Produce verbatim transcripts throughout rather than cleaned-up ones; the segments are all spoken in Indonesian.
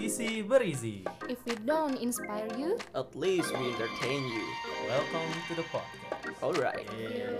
Sisi berisi. If we don't inspire you, At least we entertain you. Welcome to the podcast. Alright. Yeah.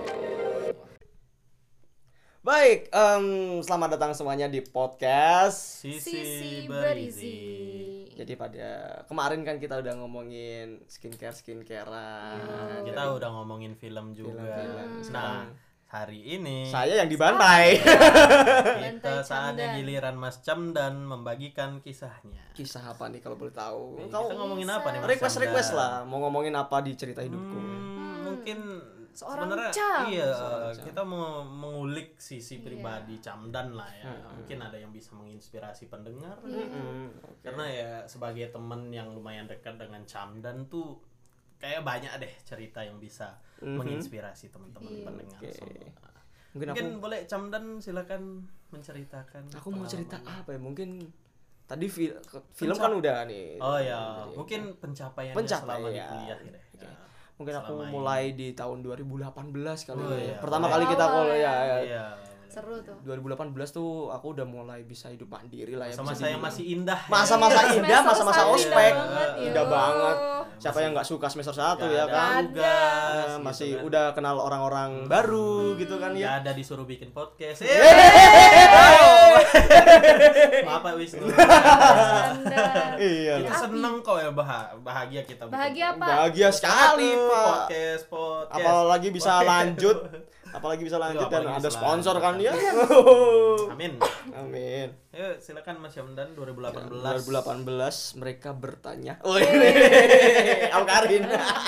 Baik, em, selamat datang semuanya di podcast. Sisi, Sisi berisi. berisi. Jadi pada kemarin kan kita udah ngomongin skincare skincarean. Kita udah ngomongin film juga. Film-film. Nah, Sekarang hari ini saya yang dibantai. kita Bantai saatnya Camdan. giliran Mas Camdan membagikan kisahnya. Kisah apa nih kalau boleh tahu? Nih, Kau kita ngomongin apa nih Mas request Camdan? request lah. Mau ngomongin apa di cerita hidupku? Hmm, mungkin Seorang sebenarnya Cam. iya Seorang Cam. kita mau mengulik sisi Iya. pribadi Camdan lah ya. Hmm. Mungkin ada yang bisa menginspirasi pendengar. Mm-mm. Karena ya sebagai temen yang lumayan dekat dengan Camdan tuh kayak banyak deh cerita yang bisa Mhm. menginspirasi teman-teman Iya. pendengar Oke. semua. Mungkin Mungkin aku boleh Camdan silakan menceritakan. aku mau cerita pengalamannya. apa ya? Mungkin tadi fil- film Pencap- kan udah nih. Oh ya, Jadi, mungkin pencapaiannya Pencapaian. selama di kuliah ya. Oke. Ya. mungkin aku selama ini. mulai di tahun dua ribu delapan belas kali Oh, ya. iya. Pertama Mulai kali kita awal kuliah ya. ya. Iya. Seru tuh. dua ribu delapan belas tuh aku udah mulai bisa hidup mandiri lah ya. bisa Masa-masa yang dibilang. masih indah. ya. Masa-masa Iya, indah, semester masa-masa satu ospek. indah banget, Indah yo. banget. Siapa Masih- yang nggak suka semester satu Nggak ya ada kan? tugas, Nah, gitu masih kan. udah kenal orang-orang baru gitu kan Nggak ya. ada disuruh bikin podcast. Yeay. Maaf Pak Wisnu. Anda. Iya. Kita seneng kok ya bah- bahagia kita. bikin Bahagia podcast. apa? Bahagia sekali, Aduh, Pak. Podcast, podcast. Apalagi bisa Podcast. lanjut. Apalagi bisa lanjut dan apalagi ada bisa sponsor kan lanjut. ya. Amin. Amin. Ayo silakan Mas Yamdan dua ribu delapan belas. dua ribu delapan belas mereka bertanya. Oh, Am Karin.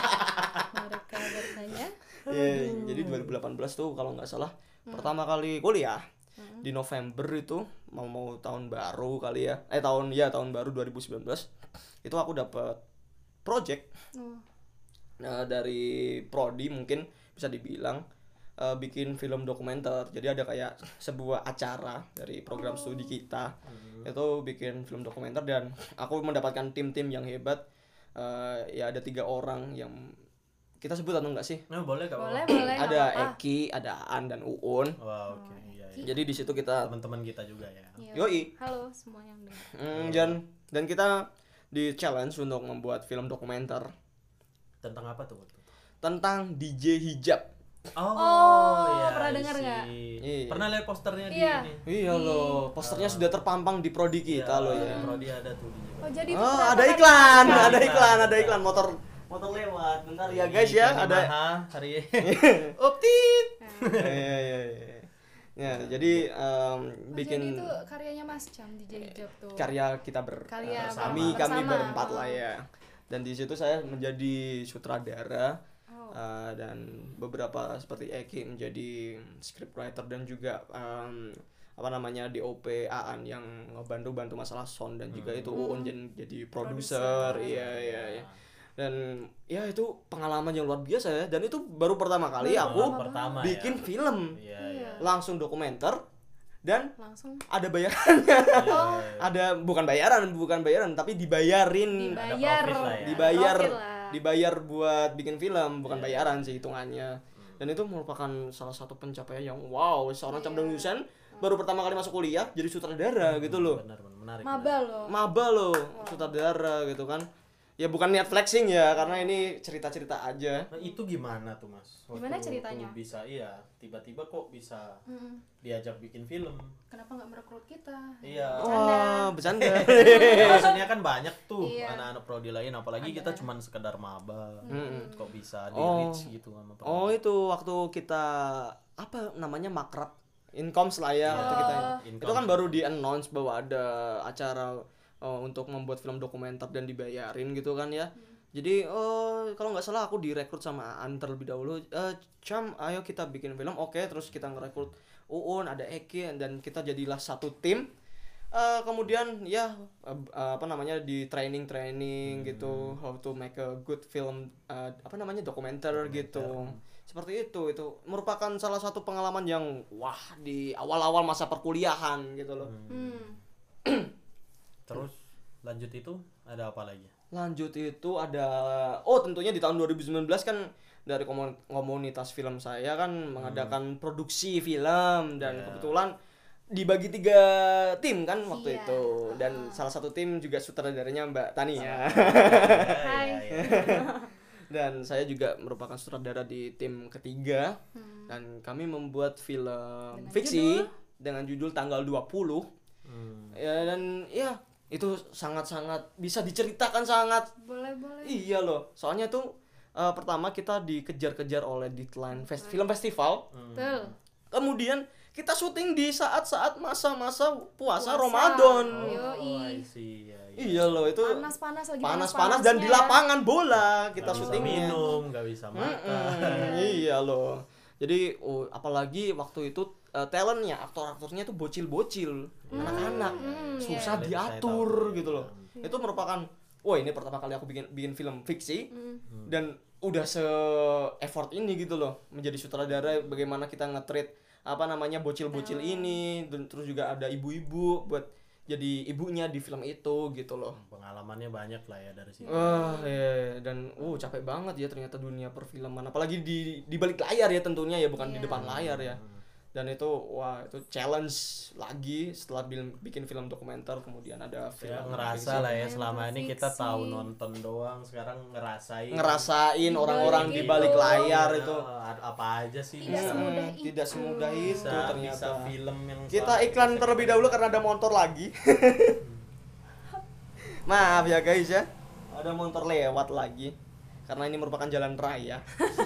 Mereka bertanya. Iya, jadi dua ribu delapan belas tuh kalau nggak salah pertama kali kuliah di November itu mau mau tahun baru kali ya. Eh tahun ya tahun baru dua ribu sembilan belas itu aku dapat project Oh. nah, dari prodi mungkin bisa dibilang eh, bikin film dokumenter. Jadi ada kayak sebuah acara dari program studi kita itu bikin film dokumenter dan aku mendapatkan tim-tim yang hebat. Eh, ya ada tiga orang yang kita sebut atau enggak sih? Nah, boleh Kak. Boleh, boleh. nggak Ada apa-apa. Eki, ada Aan dan Uun. Wah, oke. Iya, iya. Jadi di situ kita Teman-teman kita juga ya. Iya. Yoi. Halo semua yang dengar. mm, dan dan kita di challenge untuk membuat film dokumenter Tentang apa tuh waktu itu? tentang D J hijab. Oh, Oh, iya, pernah I dengar see. nggak? Iya. Pernah lihat posternya Iya. di ini? Iya loh, posternya sudah terpampang di prodi kita loh ya. Prodi ada tuh di Oh, jadi itu Oh, kenapa ada hari iklan, ini? ada Iklan. iklan, ada iklan motor motor lewat. Bentar ya guys ya, ada. Yamaha, hari Uptit. Iya iya iya. Ya, jadi em, Oh, bikin jadi itu karyanya Mas Cam di Jadi Hijab tuh. karya kita ber Karya bersama. kami kami bersama. berempat lah ya. Dan di situ saya menjadi sutradara. Oh. Uh, dan beberapa seperti Eki menjadi scriptwriter dan juga um, apa namanya D O P Aan yang ngebantu-bantu masalah sound dan juga itu Uun jadi, jadi produser. Iya iya iya. Dan ya itu pengalaman yang luar biasa ya, dan itu baru pertama kali Baru aku pertama ya. bikin film Iya, Iya. iya. langsung dokumenter dan Langsung ada bayarannya. Oh. Ada bukan bayaran, bukan bayaran tapi dibayarin. dibayar. profit lah ya. dibayar Profit lah. dibayar buat bikin film, bukan Iya. bayaran sih hitungannya. Dan itu merupakan salah satu pencapaian yang wow, seorang Iya. Camdan Yusen baru pertama kali masuk kuliah jadi sutradara gitu loh. Benar, benar, menarik. Maba loh. Maba loh, sutradara gitu kan. Ya bukan niat flexing ya, karena ini cerita-cerita aja. Nah, itu gimana tuh Mas? Waktu Gimana ceritanya? tuh bisa iya, tiba-tiba kok bisa Mm-mm. diajak bikin film? Kenapa nggak merekrut kita? Iya. Wah, bercanda. Ya, maksudnya kan banyak tuh Iya. anak-anak prodi lain, apalagi Ada. kita cuman sekedar maba. Mm-mm. Kok bisa di Oh. reach gitu sama prodi. Oh, itu waktu kita apa namanya makrab Incomes lah ya waktu kita. Incomes. Itu kan baru di announce bahwa ada acara uh, untuk membuat film dokumenter dan dibayarin gitu kan ya. Jadi oh kalau nggak salah aku direkrut sama Aan terlebih dahulu. Eh, Cam, ayo kita bikin film. Oke, terus kita ngerekrut Uun, ada Eki dan kita jadilah satu tim. Eh, kemudian ya eh, apa namanya di training training gitu how to make a good film eh, apa namanya dokumenter gitu. Seperti itu, itu merupakan salah satu pengalaman yang wah di awal-awal masa perkuliahan gitu loh. Hmm. Terus lanjut itu ada apa lagi? Lanjut itu ada oh tentunya di tahun dua ribu sembilan belas kan dari komun- komunitas film saya kan mengadakan produksi film dan Yeah. kebetulan dibagi tiga tim kan waktu Iya. itu, dan Ah. salah satu tim juga sutradaranya Mbak Tani ya. Hai. Iya, iya, iya. Dan saya juga merupakan sutradara di tim ketiga, Hmm. dan kami membuat film Dengan fiksi judul? dengan judul Tanggal dua puluh. Hmm. Ya, dan ya itu sangat-sangat bisa diceritakan sangat. Boleh boleh. Iya loh, soalnya tuh eh, pertama kita dikejar-kejar oleh deadline fest- film festival. Betul. Kemudian kita syuting di saat-saat masa-masa puasa Puasa. Ramadan. Oh, Yoi. I see. Iya, iya. Iya loh, itu Panas-panas lagi panas-panas dan di lapangan bola kita Nggak bisa syutingnya. minum, nggak bisa makan. Mm-mm, iya loh. Jadi oh, apalagi waktu itu eh, talentnya, aktor-aktornya tuh bocil-bocil, anak-anak, Hmm, susah iya. Saya diatur tahu. gitu loh. Itu merupakan, wah ini pertama kali aku bikin bikin film fiksi, Hmm. dan udah se effort ini gitu loh menjadi sutradara, bagaimana kita nge-treat apa namanya bocil-bocil ini, dan terus juga ada ibu-ibu buat jadi ibunya di film itu gitu loh. Pengalamannya banyak lah ya dari situ. Wah, iya, dan uh capek banget ya ternyata dunia perfilman, apalagi di di balik layar ya tentunya ya, bukan di Iya. depan layar ya. Dan itu wah itu challenge lagi setelah bil- bikin film dokumenter, kemudian ada film Ya ngerasa fiksi. lah ya, Film selama ini kita fiksi. tahu nonton doang, sekarang ngerasain ngerasain Di orang-orang balik di itu. balik layar Ya, itu. ada apa aja sih Tidak bisa semudah Hmm, itu. tidak semudah itu bisa, ternyata. bisa film yang Kita selama iklan bisa terlebih kita- dahulu karena ada motor lagi. Maaf ya guys ya, ada motor lewat lagi karena ini merupakan jalan raya.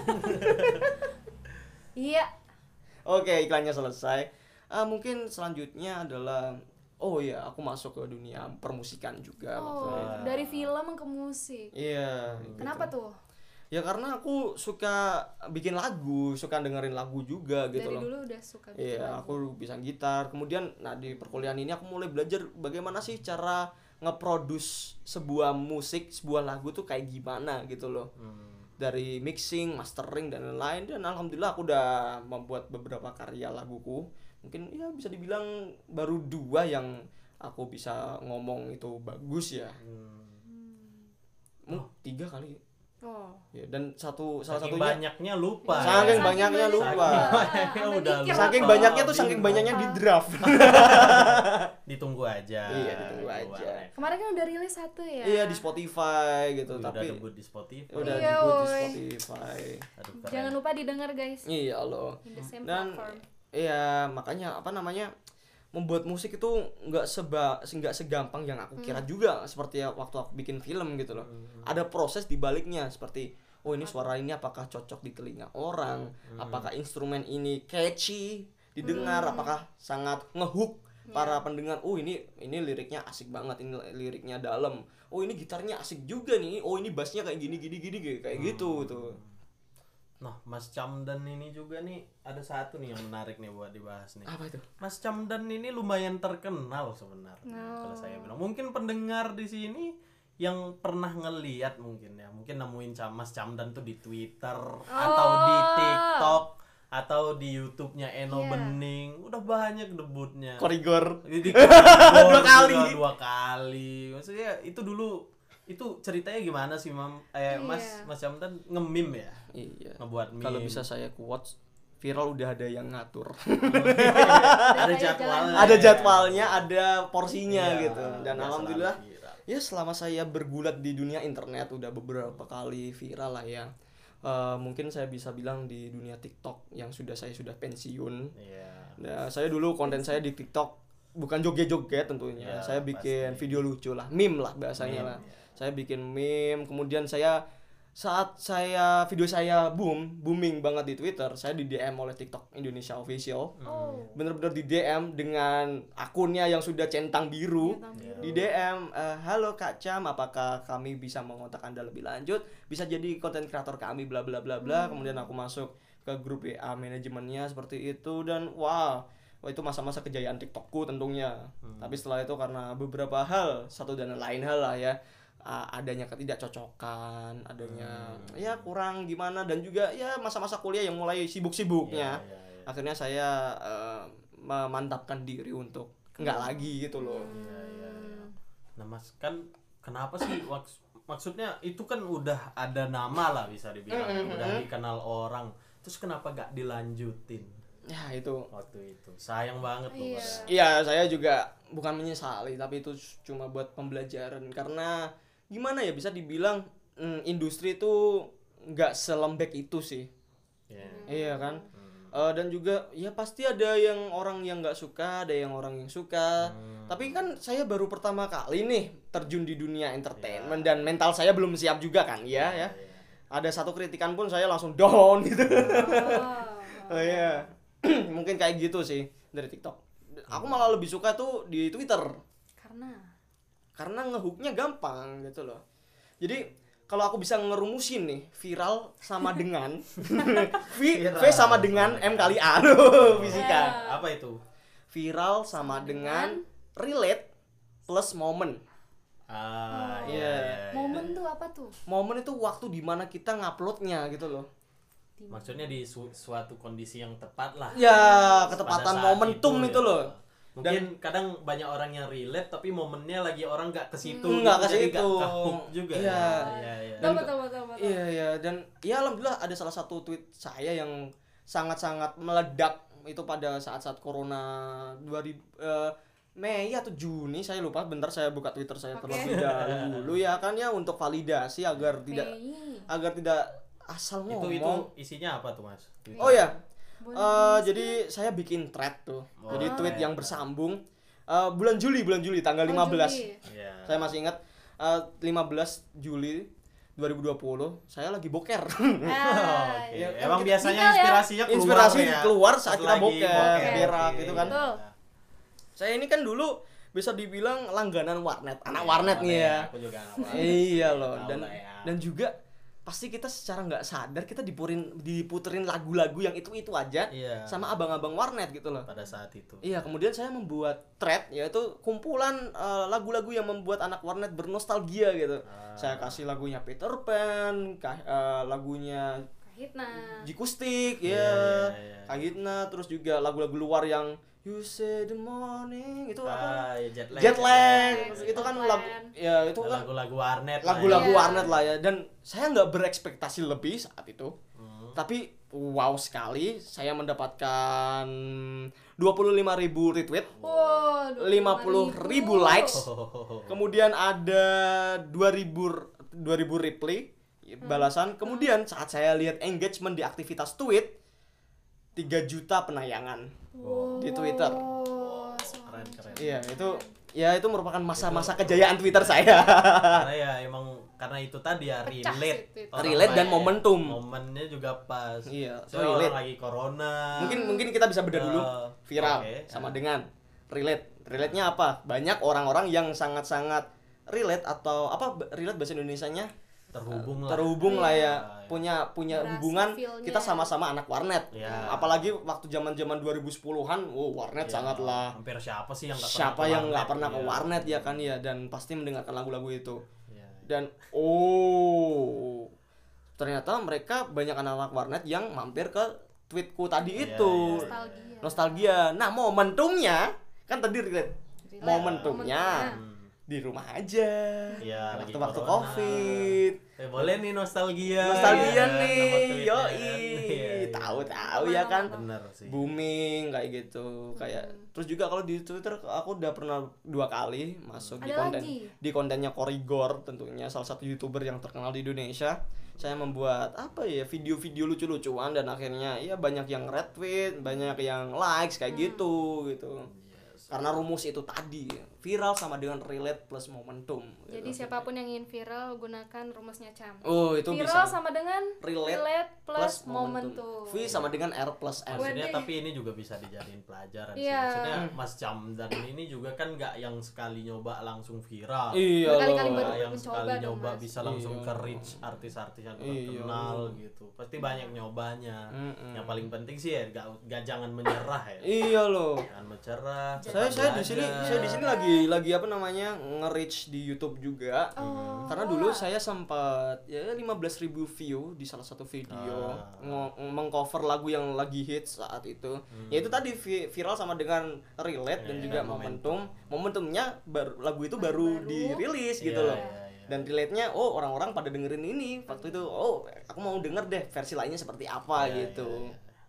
Iya. Oke, iklannya selesai. Ah, mungkin selanjutnya adalah, oh ya, aku masuk ke dunia permusikan juga waktu Oh, itu. dari film ke musik. Iya. gitu. Kenapa tuh? Ya karena aku suka bikin lagu, suka dengerin lagu juga gitu Dari loh. dulu udah suka bikin Iya, lagu. aku bisa gitar. Kemudian, nah di perkuliahan ini aku mulai belajar bagaimana sih cara ngeproduce sebuah musik, sebuah lagu tuh kayak gimana gitu loh. Hmm. Dari mixing, mastering dan lain-lain, dan alhamdulillah aku udah membuat beberapa karya laguku. Mungkin ya bisa dibilang baru dua yang aku bisa ngomong itu bagus ya. Hmm. Mu tiga kali. Oh. Ya, dan satu salah Saking satunya banyaknya lupa. Saking ya. banyaknya banyak- lupa. Saking banyaknya Sampai udah mikir lupa. saking apa? banyaknya tuh saking Bingung. banyaknya di draft. Ditunggu aja. Iya, ditunggu aja. keluarnya. Kemarin kan udah rilis satu ya. Iya di Spotify gitu, Udah tapi debut di Spotify. udah Iya, debut di woy. Spotify. Aduh, keren. Jangan lupa didengar guys. Iya loh. In the same Dan platform. iya makanya apa namanya, membuat musik itu nggak seba nggak segampang yang aku kira juga, seperti ya waktu aku bikin film gitu loh. Ada proses di baliknya, seperti oh ini suara ini apakah cocok di telinga orang, apakah instrumen ini catchy didengar, apakah sangat ngehook para pendengar. Oh ini ini liriknya asik banget, ini liriknya dalam. Oh ini gitarnya asik juga nih. Oh ini bassnya kayak gini gini gini kayak kayak gitu tuh. Nah, Mas Camdan ini juga nih ada satu nih yang menarik nih buat dibahas nih. Apa itu? Mas Camdan ini lumayan terkenal sebenarnya kalau saya bilang. Mungkin pendengar di sini yang pernah ngeliat mungkin ya, mungkin nemuin Cam- Mas Camdan tuh di Twitter atau di TikTok atau di YouTube-nya Eno Iya. Bening. Udah banyak debutnya. Korigor. Di- di- Dua kali. Dua, dua kali. Maksudnya itu dulu itu ceritanya gimana sih, Mam? Eh, Mas Iya. Mas Camdan nge-meme ya? Iya. Ngebuat meme. Kalau bisa saya quotes, viral udah ada yang ngatur. Ada kayak jadwalnya. Ada jadwalnya, ada porsinya Iya, gitu. Dan nggak alhamdulillah selalu viral. ya selama saya bergulat di dunia internet udah beberapa kali viral lah ya. Eh, mungkin saya bisa bilang di dunia TikTok yang sudah saya sudah pensiun. Iya. Nah, saya dulu konten saya di TikTok bukan joget-joget tentunya. Ya, saya bikin pasti. video lucu lah, meme lah bahasanya Meme, lah. ya. Saya bikin meme, kemudian saya saat saya video saya boom, booming banget di Twitter, saya di D M oleh TikTok Indonesia Official. Oh. Bener-bener di D M dengan akunnya yang sudah centang biru. Centang biru. Di D M, eh, halo Kak Cam, apakah kami bisa mengontak Anda lebih lanjut? Bisa jadi konten kreator kami bla bla bla bla. Kemudian aku masuk ke grup W A manajemennya seperti itu, dan wow, wah itu masa-masa kejayaan TikTokku tentunya. Tapi setelah itu karena beberapa hal, satu dan lain hal lah ya, a- adanya ketidakcocokan, adanya ya kurang gimana, dan juga ya masa-masa kuliah yang mulai sibuk-sibuknya. Iya, iya, iya. Akhirnya saya eh, memantapkan diri untuk nggak lagi gitu loh. Iya, iya, iya. Nah, Mas, kan kenapa sih waks- maksudnya itu kan udah ada nama lah bisa dibilang, udah dikenal orang. Terus kenapa gak dilanjutin? Ya itu. Waktu itu sayang banget loh. Iya. Pada. Iya, saya juga bukan menyesali, tapi itu cuma buat pembelajaran karena gimana ya bisa dibilang mm, industri itu nggak selembek itu sih. Ya. Iya kan? Hmm. Eh, dan juga ya pasti ada yang orang yang nggak suka, ada yang orang yang suka. Hmm. Tapi kan saya baru pertama kali nih terjun di dunia entertainment Ya. dan mental saya belum siap juga kan, ya ya. Ya. Ada satu kritikan pun saya langsung down gitu. Oh. Oh iya. Mungkin kayak gitu sih dari TikTok. Aku malah lebih suka tuh di Twitter Karena karena ngehooknya gampang gitu loh. Jadi kalau aku bisa ngerumusin nih viral sama dengan V, V sama dengan M kali A loh fisika. Apa itu? Viral sama dengan relate plus momen. Ah, Oh. iya. Iya. iya, iya. momen tuh apa tuh? Momen itu waktu dimana kita nguploadnya gitu loh. Maksudnya di su- suatu kondisi yang tepat lah. Ya Pada ketepatan saat momentum itu, ya. loh. Mungkin kadang banyak orang yang relate tapi momennya lagi orang nggak ke situ. Hmm, nggak ke jadi situ. nggak ke-hook juga. Iya. Ya. Iya, iya. Dan- Tahu tahu tahu tahu. Iya iya dan ya alhamdulillah ada salah satu tweet saya yang sangat-sangat meledak itu pada saat-saat corona dua ribu eh, Mei atau Juni saya lupa, bentar saya buka Twitter saya Oke. terlebih dahulu ya kan ya untuk validasi agar tidak Mei. agar tidak asal Itu ngomong. itu isinya apa tuh, Mas? Oh ya. Boleh Eh, ditulis jadi saya bikin thread tuh. Oh, jadi tweet thread. yang bersambung Eh, bulan Juli bulan Juli tanggal Oh, lima belas. Juli. Iya. Saya masih ingat eh, lima belas Juli dua ribu dua puluh saya lagi boker. Ah, Oke. Ya, Emang kan biasanya Detail ya. inspirasinya keluar Inspirasi ya. keluar saat Pas kita lagi boker, berak Oke. gitu kan. Betul. Saya ini kan dulu bisa dibilang langganan warnet, anak Iya, warnet nih ya. Aku juga anak warnet. Iya loh, Tahu dan lah ya. dan juga pasti kita secara nggak sadar kita dipurin diputerin lagu-lagu yang itu-itu aja Iya. sama abang-abang warnet gitu loh. Pada saat itu. Iya, kemudian saya membuat thread yaitu kumpulan eh, lagu-lagu yang membuat anak warnet bernostalgia gitu. Ah. Saya kasih lagunya Peter Pan, kah- eh, lagunya Kahitna. Jikustik, ya, Iya, iya, iya. Kahitna, terus juga lagu-lagu luar yang You Say the Morning itu apa? Ah, ya jet lag. Jet lag, Jet itu kan lag. lagu, ya itu kan lagu-lagu warnet. lah lagu-lagu Iya. warnet lah ya. Dan saya nggak berekspektasi lebih saat itu, Hmm. tapi wow sekali saya mendapatkan dua puluh lima ribu retweet, Wow, lima puluh ribu likes, Oh. kemudian ada dua ribu dua ribu reply balasan. Kemudian saat saya lihat engagement di aktivitas tweet tiga juta penayangan. Wow. Di Twitter. Wow, Keren, keren. Iya, itu ya itu merupakan masa-masa kejayaan Twitter saya. Karena ya emang karena itu tadi ya Pecah relate. sih Twitter. Orang Relate dan lain. momentum. Momennya juga pas. Iya, Soalnya relate. orang lagi corona. Mungkin mungkin kita bisa beda dulu. Eh, Viral oke. sama dengan relate. Relate-nya apa? Banyak orang-orang yang sangat-sangat relate atau apa relate bahasa Indonesianya? terhubung lah. Terhubung lah ya. Iya. Punya punya Merasa hubungan feel-nya. kita sama-sama anak warnet. Iya. Apalagi waktu zaman-zaman dua ribu sepuluhan, oh warnet Iya, sangatlah hampir siapa sih yang nggak pernah siapa ke yang nggak warnet, pernah ke iya. warnet ya kan ya, dan pasti mendengarkan lagu-lagu itu. Iya. Dan oh ternyata mereka banyak anak-anak warnet yang mampir ke tweetku tadi Iya, itu. iya, iya. Nostalgia. Nostalgia. Nah, momentumnya kan tadi relate. Relate. Momentumnya Hmm. di rumah aja. Iya, lagi Waktu-waktu corona. Covid. Eh, boleh nih nostalgia. Nostalgia Iya, nih. nama tweetnya Yoi. kan. Iya, iya. Tahu-tahu ya kan. Bener sih. Booming kayak gitu. Kayak terus juga kalau di Twitter aku udah pernah dua kali masuk di Ada konten lagi? di kontennya Korigor, tentunya salah satu YouTuber yang terkenal di Indonesia. Saya membuat apa ya video-video lucu-lucuan dan akhirnya ya banyak yang retweet, banyak yang likes kayak gitu gitu. Yes. Karena rumus itu tadi, viral sama dengan relate plus momentum. Jadi gitu. siapapun yang ingin viral gunakan rumusnya Cam. Oh, itu Viral bisa. sama dengan Relate plus, momentum. V sama dengan R plus M. Maksudnya Wede. tapi ini juga bisa dijadiin pelajaran sih. Iya. Maksudnya Mas Cam dan ini juga kan nggak yang sekali nyoba langsung viral. Iya Berkali-kali loh. baru Nggak yang mencoba sekali dong, nyoba Mas. bisa langsung Iya. ke reach artis-artis yang Iya. terkenal gitu. Pasti banyak nyobanya. Mm-mm. Yang paling penting sih ya nggak nggak jangan menyerah ya. Iya loh. Jangan menyerah. Saya tetap saya di sini belajar. saya di sini lagi lagi apa namanya nge-reach di YouTube juga. Oh. Karena dulu saya sempat ya lima belas ribu view di salah satu video Ah. ngo- mengcover lagu yang lagi hits saat itu. Ya itu tadi vi- viral sama dengan relate dan Iya, juga momentum. Momentumnya baru lagu itu baru, baru. dirilis gitu Iya, loh. iya, iya. Dan relate-nya oh orang-orang pada dengerin ini waktu itu. Oh, aku mau denger deh versi lainnya seperti apa Iya, gitu. iya, iya.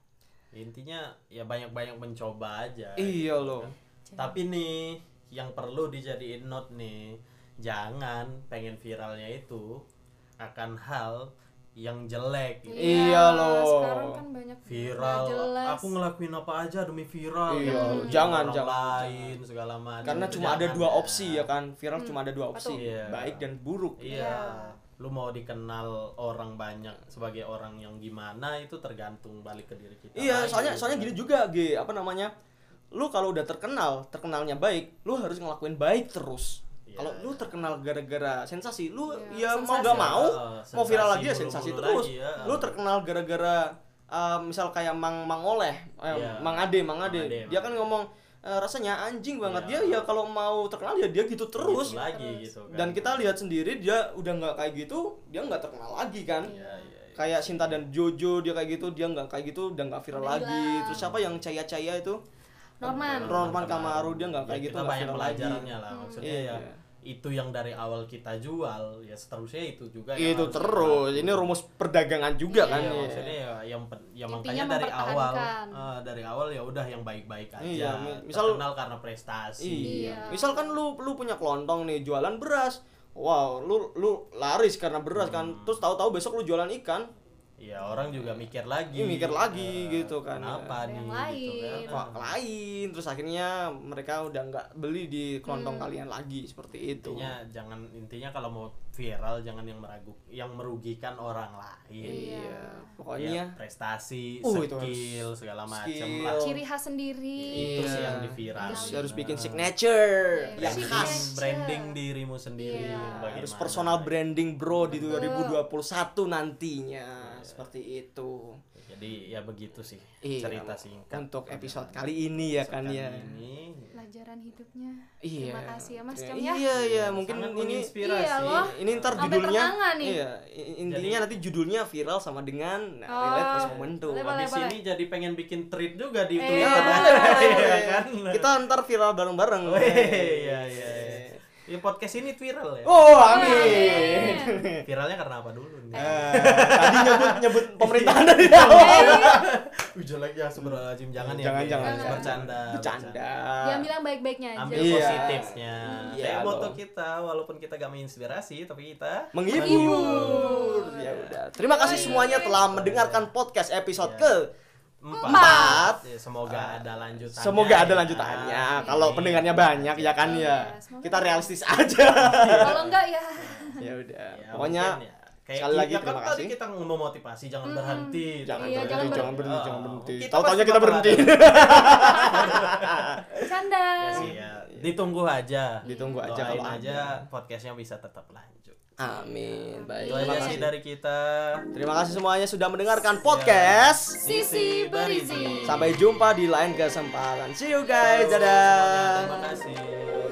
Intinya ya banyak-banyak mencoba aja. Iya loh. Tapi nih yang perlu dijadiin note nih, jangan pengen viralnya itu akan hal yang jelek gitu. Iya loh. Sekarang kan banyak Viral, nggak jelas. aku ngelakuin apa aja demi viral. Iya, gitu. jangan, Orang jangan, lain segala macam. Karena Itu cuma ada jangan, dua ya. opsi ya kan. Viral cuma ada dua opsi, Iya. baik dan buruk. Iya. Lu mau dikenal orang banyak sebagai orang yang gimana itu tergantung balik ke diri kita. Iya, lagi, soalnya gitu soalnya kan. gini juga, G, apa namanya? Lu kalau udah terkenal, terkenalnya baik, lu harus ngelakuin baik terus. Iya, Kalau lu iya. terkenal gara-gara sensasi, lu Iya, ya mau sensasi. gak mau, Ah, mau viral sensasi lagi ya mulu-mulu sensasi lagi, terus. ya. Lu terkenal gara-gara uh, misal kayak Mang Mang Oleh, eh, Iya. Mang Ade, Mang Mang Ade. Ade, Dia Mang kan Ade. ngomong eh, rasanya anjing banget. Iya. Dia ya kalau mau terkenal ya dia gitu terus. Gitu lagi gitu kan. Dan kita lihat sendiri dia udah nggak kayak gitu, dia nggak terkenal lagi kan. Iya, iya, iya. Kayak Sinta dan Jojo dia kayak gitu, dia nggak kayak gitu, udah nggak viral Udah lagi. hilang. Terus siapa yang caya-caya itu? Norman. Norman Kamaru, dia nggak Ya, kayak gitu, kita nggak banyak viral pelajarannya lagi. lah maksudnya Iya. ya itu yang dari awal kita jual ya seterusnya itu juga yang Itu harus terus. kita Ini rumus perdagangan juga kan. iya, ya. maksudnya ya yang pen- ya Intinya makanya dari awal mempertahankan. eh, dari awal ya udah yang baik-baik aja. Iya, mi- misal- Terkenal karena prestasi. Iya. Misal kan lu lu punya kelontong nih, jualan beras. Wow, lu lu laris karena beras kan. Hmm. Terus tahu-tahu besok lu jualan ikan. Iya, orang juga mikir lagi. Iya, mikir lagi eh, gitu kan, Kenapa ya. nih Yang gitu lain. kan. Kok lain, terus akhirnya mereka udah nggak beli di kelontong Hmm. kalian lagi seperti itu. Intinya jangan intinya kalau mau viral jangan yang meragu yang merugikan orang lain. Iya, Ya, pokoknya prestasi, Uh, itu skill, harus segala macam skill. lah. Ciri khas sendiri. Itu Iya. sih yang diviral. harus, harus bikin signature Iya, yang bikin khas. signature. branding dirimu sendiri. Iya. bagaimana. Harus personal branding bro di Betul. dua ribu dua puluh satu nantinya. Seperti itu. Jadi ya begitu sih Iya, cerita singkat untuk episode kali ini ya kan Kali ya. ini Pelajaran hidupnya. Iya. Terima kasih ya Mas Iya, Cam ya. Iya iya mungkin sangat ini menginspirasi. Iya loh. ini ntar Sampai judulnya ternganga nih. iya i- intinya Jadi- nanti judulnya viral sama dengan nah, Oh, relate plus momentum. boleh, habis boleh. ini jadi pengen bikin tweet juga di Eh, Twitter. boleh. Iya kan? Kita ntar viral bareng-bareng. Oh, iya iya iya. Ya podcast ini viral ya. Oh, Amin. amin. Viralnya karena apa dulu nih? Eh, tadi nyebut nyebut pemerintahan dari awal. Uh, jelek ya Astagfirullahaladzim, jangan ya. Jangan, Bi. jangan, jangan. Bercanda. Bercanda. Diambil yang baik-baiknya aja. Ambil Iya. positifnya. Iya, Kayak moto loh. kita, walaupun kita gak menginspirasi, tapi kita Menghibur. Ya udah. Terima kasih semuanya telah mendengarkan podcast episode Iya. ke empat. Ya, semoga ada lanjutannya. Semoga ada ya. lanjutannya. Kalau Amin. pendengarnya banyak ya kan Iya, ya. semoga. Kita realistis aja. Kalau enggak ya. Ya udah. Ya, Pokoknya mungkin ya. Kayak sekali lagi ya kan terima tadi kasih. kita memotivasi jangan berhenti. Jangan Iya, berhenti, jangan jangan ber- berhenti, Oh, jangan berhenti. kita Tahu-taunya pasti kita bakal berhenti. Canda. Ya sih ya. Ditunggu aja. Ditunggu aja Doain kalau aja ada. podcastnya bisa tetap lanjut. Amin. Baik. Itu Terima aja sih kasih. dari kita. Terima kasih semuanya sudah mendengarkan podcast. Sisi berisi. Sampai jumpa di lain kesempatan. See you guys. Semuanya, Dadah. terima kasih.